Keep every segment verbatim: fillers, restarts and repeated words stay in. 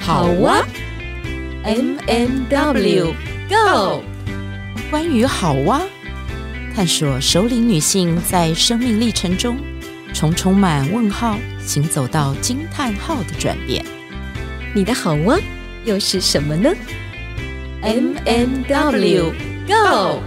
好哇 M M W Go。 关于好哇，探索熟龄女性在生命历程中从充满问号行走到惊叹号的转变。 你的好哇又是什么呢？ M M W Go。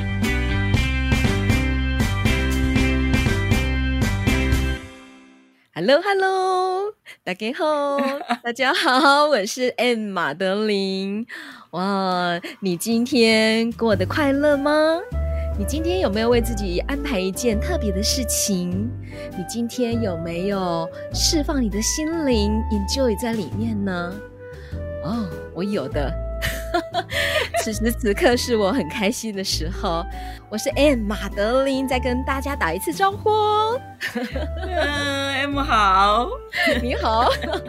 Hello Hello， 大家好，大家好，我是 M 马德琳。哇，你今天过得快乐吗？你今天有没有为自己安排一件特别的事情？你今天有没有释放你的心灵 enjoy 在里面呢？哦，我有的。此时此刻是我很开心的时候。我是 M 马德琳，再跟大家打一次招呼。 嗯 M 好。 你好。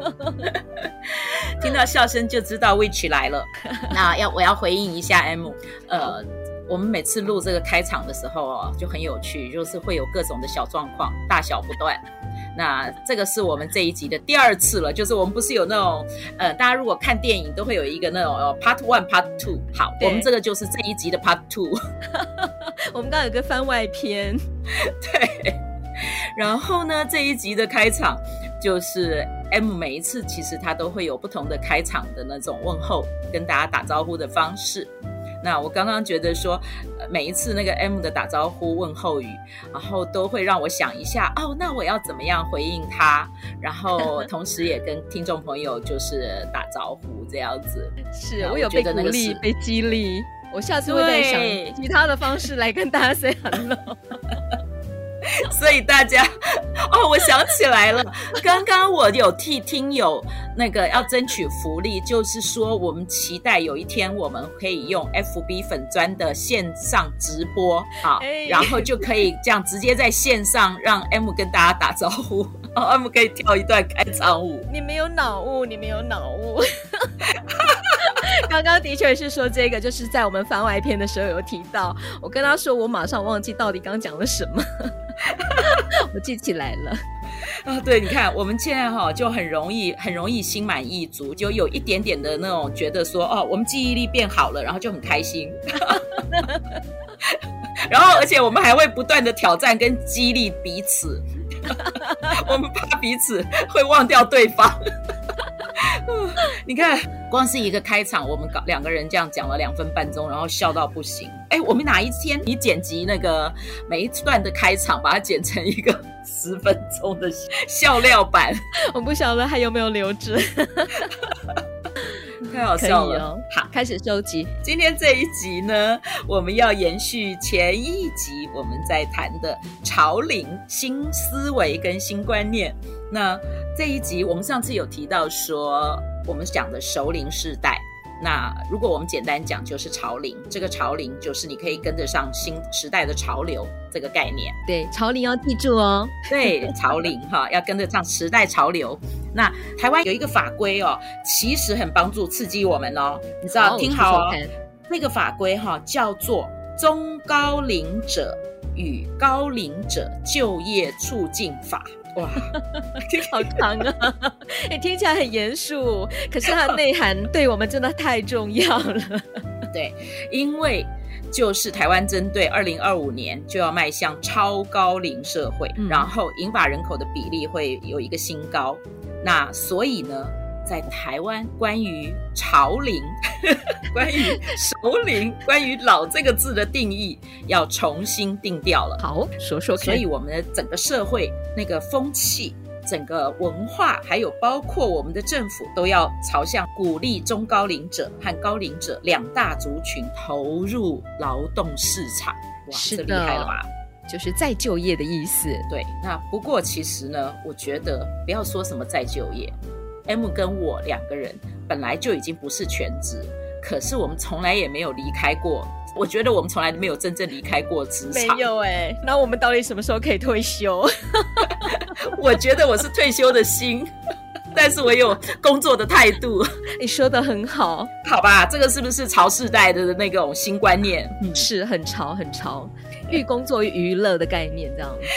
听到笑声就知道 Witch 来了。那要我要回应一下 M， 呃我们每次录这个开场的时候哦，就很有趣，就是会有各种的小状况，大小不断。那这个是我们这一集的第二次了，就是我们不是有那种呃，大家如果看电影都会有一个那种、哦、Part One Part Two， 好，我们这个就是这一集的 Part Two。 我们刚刚有个番外篇。 对，然后呢这一集的开场就是 M 每一次其实他都会有不同的开场的那种问候，跟大家打招呼的方式。那我刚刚觉得说每一次那个 M 的打招呼问候语，然后都会让我想一下，哦，那我要怎么样回应他，然后同时也跟听众朋友就是打招呼这样子。 是，我有被鼓励被激励，我下次会再想其他的方式来跟大家 say hello。 所以大家哦，我想起来了，刚刚我有替听友那个要争取福利，就是说我们期待有一天我们可以用 F B 粉专的线上直播啊、哎，然后就可以这样直接在线上让 M 跟大家打招呼，然后 M 可以跳一段开场舞。 你没有脑雾，你没有脑雾。刚刚的确是说这个，就是在我们番外篇的时候有提到，我跟他说我马上忘记到底刚讲了什么。我记起来了啊，对，你看我们现在哈就很容易很容易心满意足，就有一点点的那种觉得说哦，我们记忆力变好了，然后就很开心。然后而且我们还会不断的挑战跟激励彼此。我们怕彼此会忘掉对方。你看光是一个开场我们两个人这样讲了两分半钟，然后笑到不行。哎，我们哪一天你剪辑那个每一段的开场把它剪成一个十分钟的笑料版。 我不晓得还有没有留着。 太好笑了、 哦、好，开始收集。 今天这一集呢，我们要延续前一集我们在谈的潮龄、新思维跟新观念。那这一集我们上次有提到说我们讲的熟龄世代，那如果我们简单讲就是潮龄，这个潮龄就是你可以跟得上新时代的潮流这个概念。 对，潮龄要记住哦。 对，潮龄哈要跟得上时代潮流。那台湾有一个法规哦，其实很帮助刺激我们哦，你知道，听好哦，那个法规哈叫做中高龄者与高龄者就业促进法。哇， 好长啊！欸、听起来很严肃，可是它的内涵对我们真的太重要了。 对，因为就是台湾针对二零二五年就要迈向超高龄社会、嗯、然后银发人口的比例会有一个新高。那所以呢在台湾关于潮龄关于熟龄关于老这个字的定义要重新定调了。 好，说说看。 所以我们的整个社会那个风气，整个文化，还有包括我们的政府都要朝向鼓励中高龄者和高龄者两大族群投入劳动市场。哇， 是的， 这厉害了吧， 就是再就业的意思。 对，那不过其实呢我觉得不要说什么再就业， M 跟我两个人本来就已经不是全职，可是我们从来也没有离开过，我觉得我们从来没有真正离开过职场。 没有哎、欸，那我们到底什么时候可以退休？ 我觉得我是退休的心，但是我有工作的态度。 你说得很好。 好吧，这个是不是潮世代的那种新观念？ 嗯，是很潮很潮，寓工作于娱乐的概念这样子。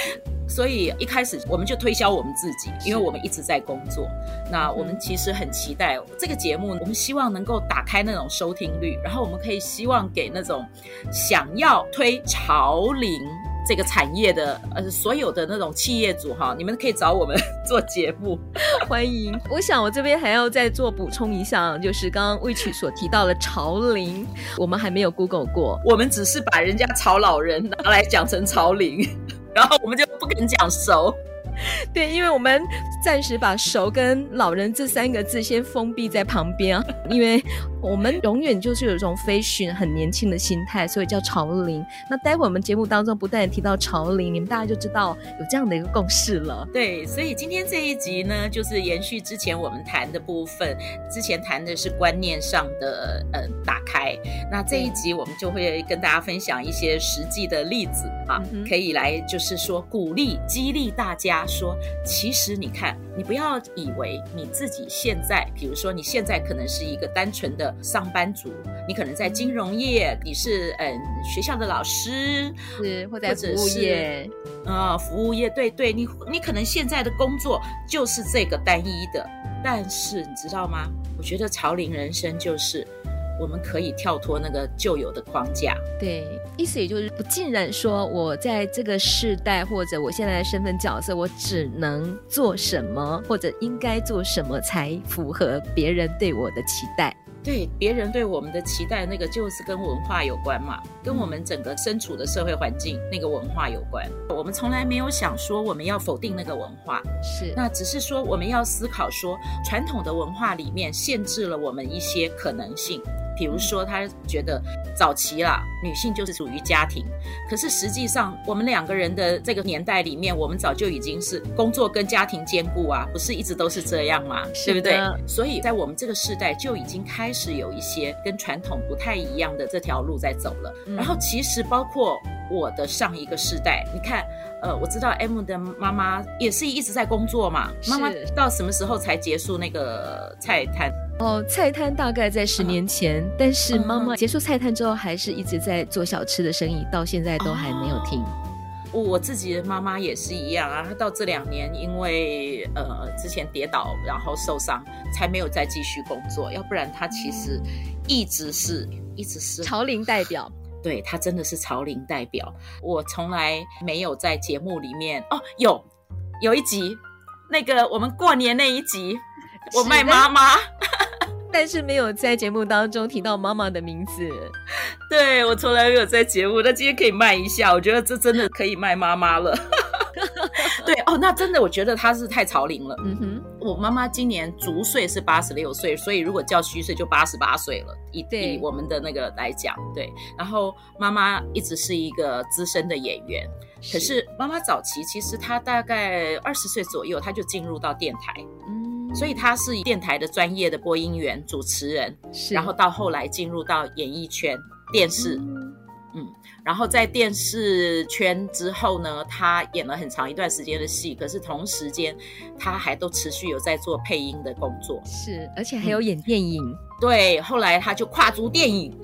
所以一开始我们就推销我们自己，因为我们一直在工作。那我们其实很期待这个节目，我们希望能够打开那种收听率，然后我们可以希望给那种想要推潮龄这个产业的呃所有的那种企业主哈，你们可以找我们做节目， 欢迎。我想我这边还要再做补充一下，就是刚刚魏曲所提到的潮龄，我们还没有 Google 过， 我们只是把人家潮老人拿来讲成潮龄，然后我们就不肯讲熟。 对，因为我们暂时把熟跟老人这三个字先封闭在旁边，因为我们永远就是有一种fashion很年轻的心态，所以叫潮龄。那待会我们节目当中不但提到潮龄，你们大家就知道有这样的一个共识了。 对，所以今天这一集呢，就是延续之前我们谈的部分，之前谈的是观念上的呃打开，那这一集我们就会跟大家分享一些实际的例子啊、嗯，可以来就是说鼓励激励大家说，其实你看，你不要以为你自己现在，比如说你现在可能是一个单纯的上班族，你可能在金融业，你是嗯学校的老师， 是或在服务业， 呃服务业，对对，你你可能现在的工作就是这个单一的，但是你知道吗？我觉得潮龄人生就是我们可以跳脱那个旧有的框架。 对，意思也就是不尽然说我在这个世代或者我现在的身份角色，我只能做什么或者应该做什么才符合别人对我的期待。 对，别人对我们的期待，那个就是跟文化有关嘛，跟我们整个身处的社会环境那个文化有关。我们从来没有想说我们要否定那个文化， 是， 那只是说我们要思考说，传统的文化里面限制了我们一些可能性。比如说他觉得早期啦，女性就是属于家庭，可是实际上我们两个人的这个年代里面，我们早就已经是工作跟家庭兼顾啊，不是一直都是这样吗？对不对？所以在我们这个世代就已经开始有一些跟传统不太一样的这条路在走了、嗯、然后其实包括我的上一个世代，你看呃，我知道 M 的妈妈也是一直在工作嘛，妈妈到什么时候才结束那个菜摊？ 哦，菜摊大概在十年前、嗯、但是妈妈结束菜摊之后还是一直在做小吃的生意，到现在都还没有停、 哦、我自己的妈妈也是一样啊，她到这两年因为呃之前跌倒然后受伤才没有再继续工作，要不然她其实一直是一直是潮龄代表， 对，她真的是潮龄代表。我从来没有在节目里面哦，有有一集那个我们过年那一集我卖妈妈， 但是没有在节目当中提到妈妈的名字。 对，我从来没有在节目，那今天可以卖一下，我觉得这真的可以卖妈妈了。对哦，那真的我觉得她是太潮龄了。嗯哼，我妈妈今年足岁是八十六岁，所以如果叫虚岁就八十八岁了，以以我们的那个来讲，对。然后妈妈一直是一个资深的演员，可是妈妈早期其实她大概二十岁左右，她就进入到电台。嗯。所以他是电台的专业的播音员、主持人，然后到后来进入到演艺圈、电视，嗯, 嗯，然后在电视圈之后呢，他演了很长一段时间的戏，可是同时间他还都持续有在做配音的工作， 是，而且还有演电影。嗯， 对，后来他就跨足电影。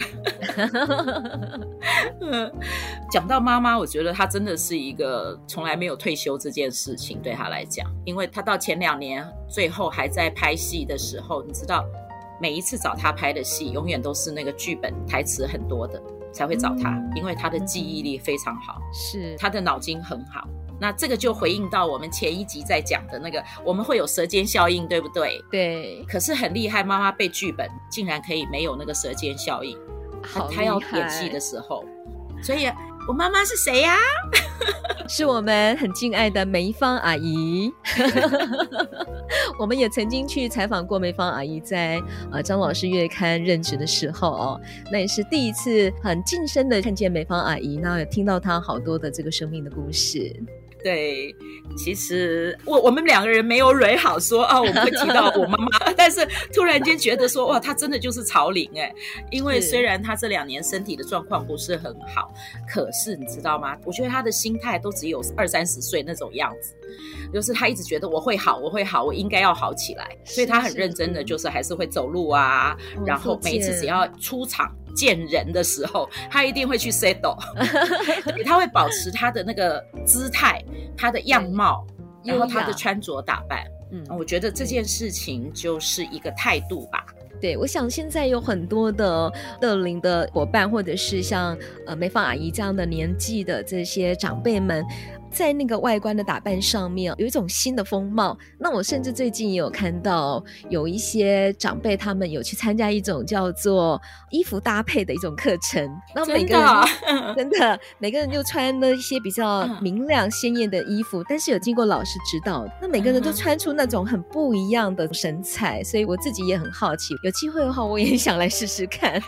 讲到妈妈，我觉得她真的是一个从来没有退休这件事情对她来讲，因为她到前两年最后还在拍戏的时候，你知道每一次找她拍的戏永远都是那个剧本台词很多的才会找她、嗯、因为她的记忆力非常好，是她的脑筋很好。那这个就回应到我们前一集在讲的那个，我们会有舌尖效应，对不对？ 对。 可是很厉害，妈妈背剧本竟然可以没有那个舌尖效应，她要演戏的时候。所以我妈妈是谁呀、啊？ 是我们很敬爱的梅芳阿姨。我们也曾经去采访过梅芳阿姨在呃张老师月刊任职的时候哦，那也是第一次很近身的看见梅芳阿姨，那也听到她好多的这个生命的故事。 对，其实我我们两个人没有蕊好说啊，我们会提到我妈妈，但是突然间觉得说哇，她真的就是潮龄哎，因为虽然她这两年身体的状况不是很好，可是你知道吗？我觉得她的心态都只有二三十岁那种样子，就是她一直觉得我会好，我会好，我应该要好起来，所以她很认真的，就是还是会走路啊，然后每一次只要出场见人的时候，他一定会去 settle 他会保持他的那个姿态，他的样貌，然后他的穿着打扮。嗯，我觉得这件事情就是一个态度吧。 对，我想现在有很多的乐龄的伙伴，或者是像呃美芳阿姨这样的年纪的这些长辈们，在那个外观的打扮上面有一种新的风貌。那我甚至最近也有看到有一些长辈他们有去参加一种叫做衣服搭配的一种课程，那每个人真的, 真的每个人就穿了一些比较明亮鲜艳的衣服，但是有经过老师指导，那每个人都穿出那种很不一样的神采，所以我自己也很好奇，有机会的话我也想来试试看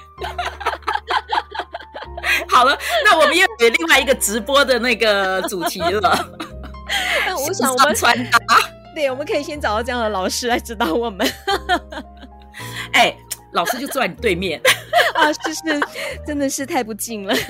好了，那我们又有另外一个直播的那个主题了那我想我们穿搭，对，我们可以先找到这样的老师来指导我们哎、欸，老师就坐在你对面啊，是是，真的是太不敬了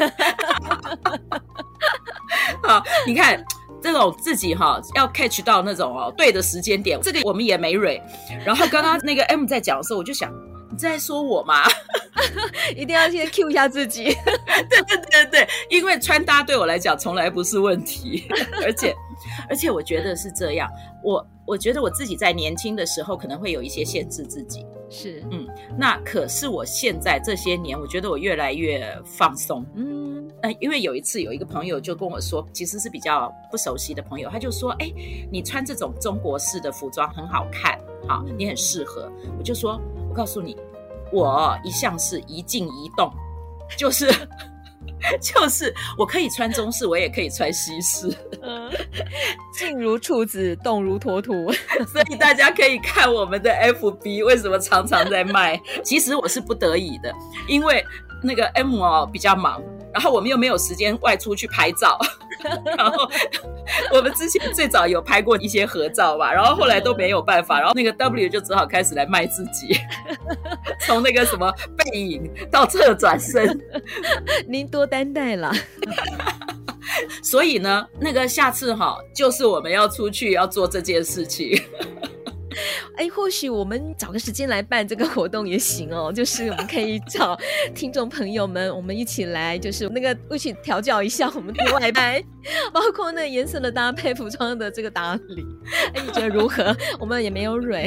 好，你看这种自己哈要 catch 到那种哦对的时间点，这个我们也没蕊。然后刚刚那个 M 在讲的时候，我就想你在说我吗？ 一定要先 cue 一下自己。 对对对对，因为穿搭对我来讲从来不是问题，而且而且我觉得是这样，我我觉得我自己在年轻的时候可能会有一些限制自己， 是嗯，那可是我现在这些年，我觉得我越来越放松，嗯，呃，因为有一次有一个朋友就跟我说，其实是比较不熟悉的朋友，他就说，哎，你穿这种中国式的服装很好看，好，你很适合。我就说，我告诉你，我一向是一静一动，就是就是我可以穿中式，我也可以穿西式， 嗯，静如处子，动如脱兔。 所以大家可以看我们的 F B 为什么常常在卖。其实我是不得已的，因为那个 M 哦比较忙，然后我们又没有时间外出去拍照，然后我们之前最早有拍过一些合照吧，然后后来都没有办法，然后那个 W 就只好开始来卖自己，从那个什么背影到侧转身， 您多担待啦。 所以呢，那个下次哈，就是我们要出去要做这件事情。 哎，或许我们找个时间来办这个活动也行哦，就是我们可以找听众朋友们，我们一起来，就是那个一起调教一下我们的外拍，包括那颜色的搭配、服装的这个打理。哎，你觉得如何？我们也没有蕊。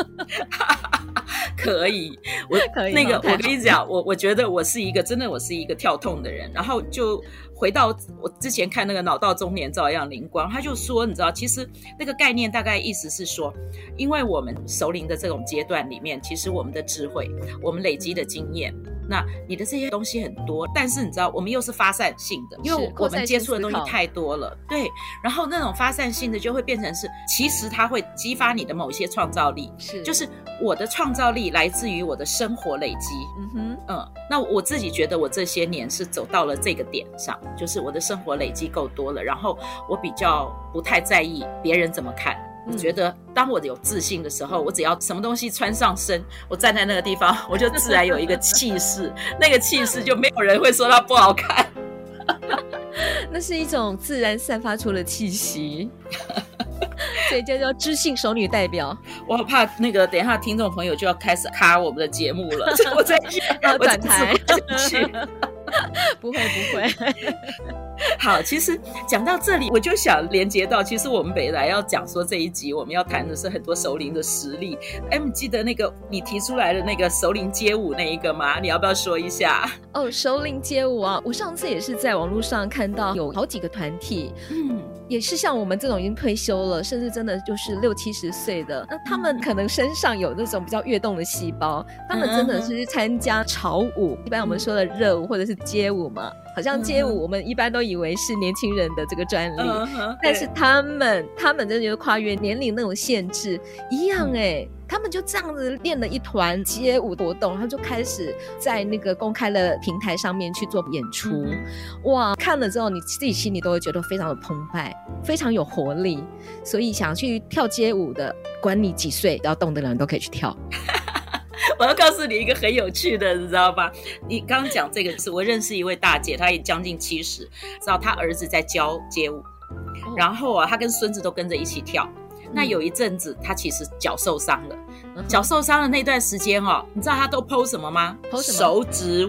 可以，我可以那个，我跟你讲，我我觉得我是一个真的，我是一个跳痛的人。然后就回到我之前看那个脑到中年照样灵光，他就说，你知道，其实那个概念大概意思是说，因为我们熟龄的这种阶段里面，其实我们的智慧，我们累积的经验，那你的这些东西很多，但是你知道，我们又是发散性的，因为我们接触的东西太多了，对。然后那种发散性的就会变成是，其实它会激发你的某些创造力，是，就是我的创造力来自于我的生活累积，嗯哼，嗯，那我自己觉得我这些年是走到了这个点上，就是我的生活累积够多了，然后我比较不太在意别人怎么看。我觉得当我有自信的时候，我只要什么东西穿上身，我站在那个地方，我就自然有一个气势，那个气势就没有人会说它不好看。 那是一种自然散发出的气息。所以这叫知性熟女代表。 我好怕那个等一下听众朋友就要开始卡我们的节目了，我再去要转台去不会不会。 好，其实讲到这里，我就想连接到，其实我们本来要讲说这一集我们要谈的是很多熟龄的实力。M 记得那个你提出来的那个熟龄街舞那一个吗？你要不要说一下？ 哦，熟龄街舞啊，我上次也是在网络上看到有好几个团体，嗯，也是像我们这种已经退休了，甚至真的就是六七十岁的，那他们可能身上有那种比较跃动的细胞，他们真的是参加潮舞，一般我们说的热舞或者是街舞嘛。好像街舞我们一般都以为是年轻人的这个专利，嗯、但是他们他们真的就跨越年龄那种限制一样哎、欸。他们就这样子练了一团街舞活动，然后就开始在那个公开的平台上面去做演出、嗯、哇，看了之后你自己心里都会觉得非常的澎湃，非常有活力，所以想去跳街舞的，管你几岁要动的人都可以去跳。 我要告诉你一个很有趣的，你知道吧？你刚刚讲这个是我认识一位大姐，她也将近七十，知道她儿子在教街舞，哦、然后啊，她跟孙子都跟着一起跳。嗯、那有一阵子，她其实脚受伤了，嗯、脚受伤的那段时间哦，你知道她都 po 什么吗？ po 什么？ 手指舞。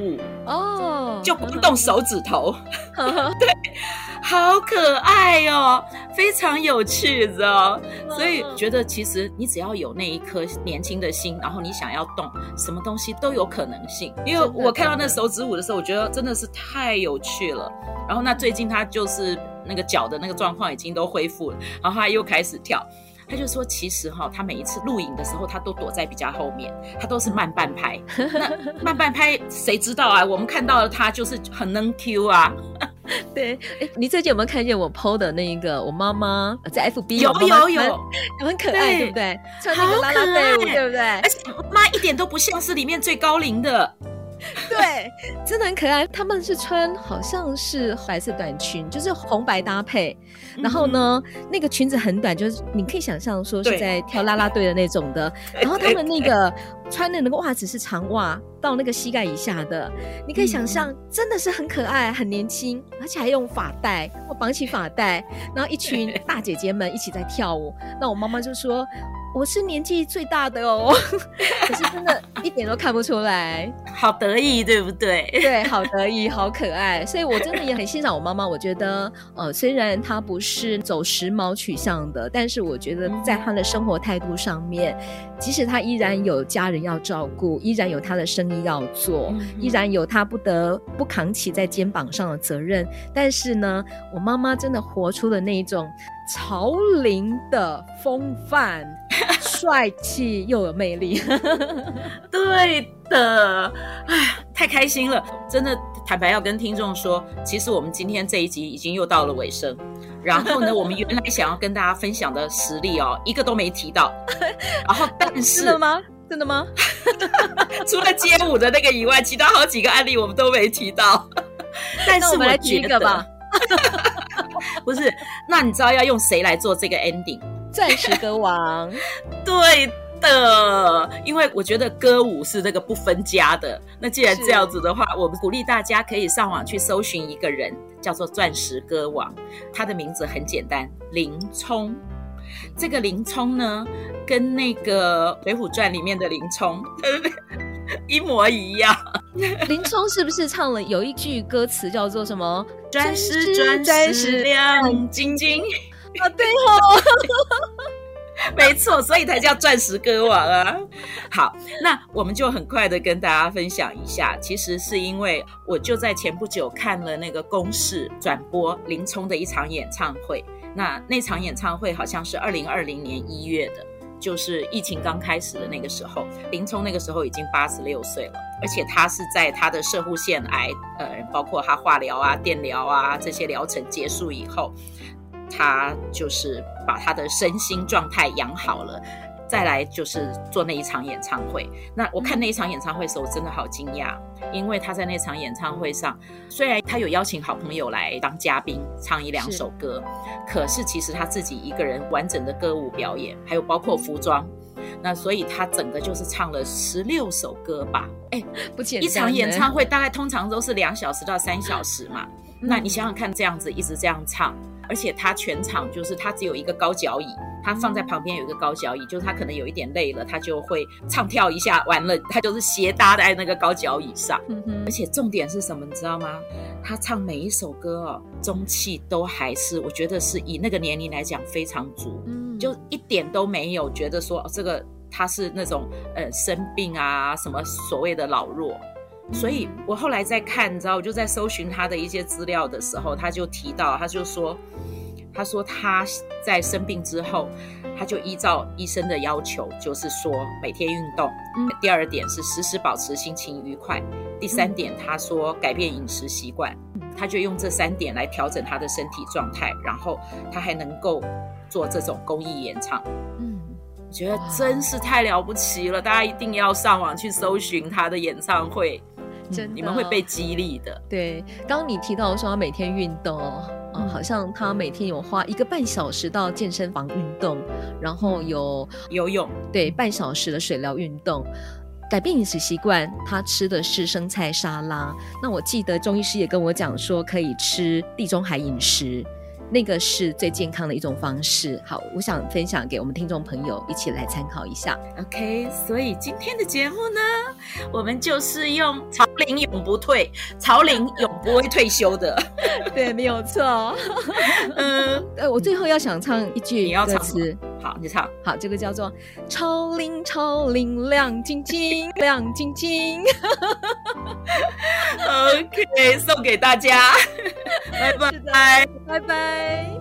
哦， 就光动手指头，对，好可爱哦，非常有趣的哦。所以觉得其实你只要有那一颗年轻的心，然后你想要动，什么东西都有可能性。因为我看到那手指舞的时候，我觉得真的是太有趣了。然后那最近他就是那个脚的那个状况已经都恢复了，然后他又开始跳。他就说其实哈、哦，他每一次录影的时候他都躲在比较后面，他都是慢半拍。那慢半拍谁知道啊，我们看到的他就是很能 Q 啊。 对，你最近有没有看见我 P O 的那一个我妈妈在 F B 有有有， 很可爱 对, 对不对？穿那个啦啦队伍对不对？ 而且妈一点都不像是里面最高龄的。 对，真的很可爱。他们是穿好像是白色短裙，就是红白搭配。然后呢，嗯、那个裙子很短，就是你可以想象说是在跳啦啦队的那种的。然后他们那个穿的那个袜子是长袜，到那个膝盖以下的。你可以想象，真的是很可爱，很年轻，而且还用发带，我绑起发带，然后一群大姐姐们一起在跳舞。那我妈妈就说。我是年纪最大的哦，可是真的一点都看不出来， 好得意，对不对？ 对，好得意，好可爱，所以我真的也很欣赏我妈妈。我觉得，呃，虽然她不是走时髦取向的，但是我觉得在她的生活态度上面，即使她依然有家人要照顾，依然有她的生意要做，嗯、依然有她不得不扛起在肩膀上的责任，但是呢，我妈妈真的活出了那一种潮龄的风范。帅气又有魅力。 对的，哎，太开心了，真的坦白要跟听众说，其实我们今天这一集已经又到了尾声，然后呢我们原来想要跟大家分享的实例哦，一个都没提到，然后但是真的吗？真的吗？ 除了街舞的那个以外，其他好几个案例我们都没提到。但是我觉得，那我们来提一个吧。不是，那你知道要用谁来做这个 ending？ 钻石歌王。 对的，因为我觉得歌舞是这个不分家的。那既然这样子的话，我们鼓励大家可以上网去搜寻一个人，叫做钻石歌王。他的名字很简单，林冲。这个林冲呢，跟那个《水浒传》里面的林冲一模一样。 林冲是不是唱了有一句歌词叫做什么？ 钻石钻石亮晶晶啊，对哦。 没错，所以才叫钻石歌王啊。好，那我们就很快的跟大家分享一下，其实是因为我就在前不久看了那个公视转播林冲的一场演唱会，那那场演唱会好像是二零二零年一月的，就是疫情刚开始的那个时候，林冲那个时候已经八十六岁了，而且他是在他的攝護腺癌，呃，包括他化疗啊、电疗啊这些疗程结束以后，他就是把他的身心状态养好了，再来就是做那一场演唱会。那我看那一场演唱会的时候，我真的好惊讶，因为他在那场演唱会上，虽然他有邀请好朋友来当嘉宾唱一两首歌，可是其实他自己一个人完整的歌舞表演，还有包括服装，那所以他整个就是唱了十六首歌吧。哎， 不简单。 一场演唱会大概通常都是两小时到三小时嘛，嗯、那你想想看，这样子一直这样唱，而且他全场就是他只有一个高脚椅，他放在旁边有一个高脚椅，就是他可能有一点累了，他就会唱跳一下，完了他就是斜搭在那个高脚椅上。嗯哼，而且重点是什么你知道吗？他唱每一首歌哦，中气都还是我觉得是以那个年龄来讲非常足，嗯，就一点都没有觉得说、哦、这个他是那种呃生病啊什么所谓的老弱。所以我后来在看，你知道，我就在搜寻他的一些资料的时候，他就提到，他就说，他说他在生病之后，他就依照医生的要求，就是说每天运动。嗯、第二点是时时保持心情愉快。第三点，他说改变饮食习惯。他就用这三点来调整他的身体状态，然后他还能够做这种公益演唱。嗯。我觉得真是太了不起了，大家一定要上网去搜寻他的演唱会，真的、嗯、你们会被激励的。 对，刚刚你提到说他每天运动、嗯、好像他每天有花一个半小时到健身房运动，然后有游泳， 对，半小时的水疗运动。改变饮食习惯，他吃的是生菜沙拉。那我记得中医师也跟我讲说，可以吃地中海饮食， 那个是最健康的一种方式。好，我想分享给我们听众朋友一起来参考一下。 OK， 所以今天的节目呢，我们就是用曹玲永不退，曹玲永不会退休的。 对，没有错。 嗯， 呃，我最后要想唱一句你要唱歌词。 好，你唱。 好，这个叫做超灵超灵亮晶晶亮晶晶。 OK， 送给大家。拜拜。 拜拜。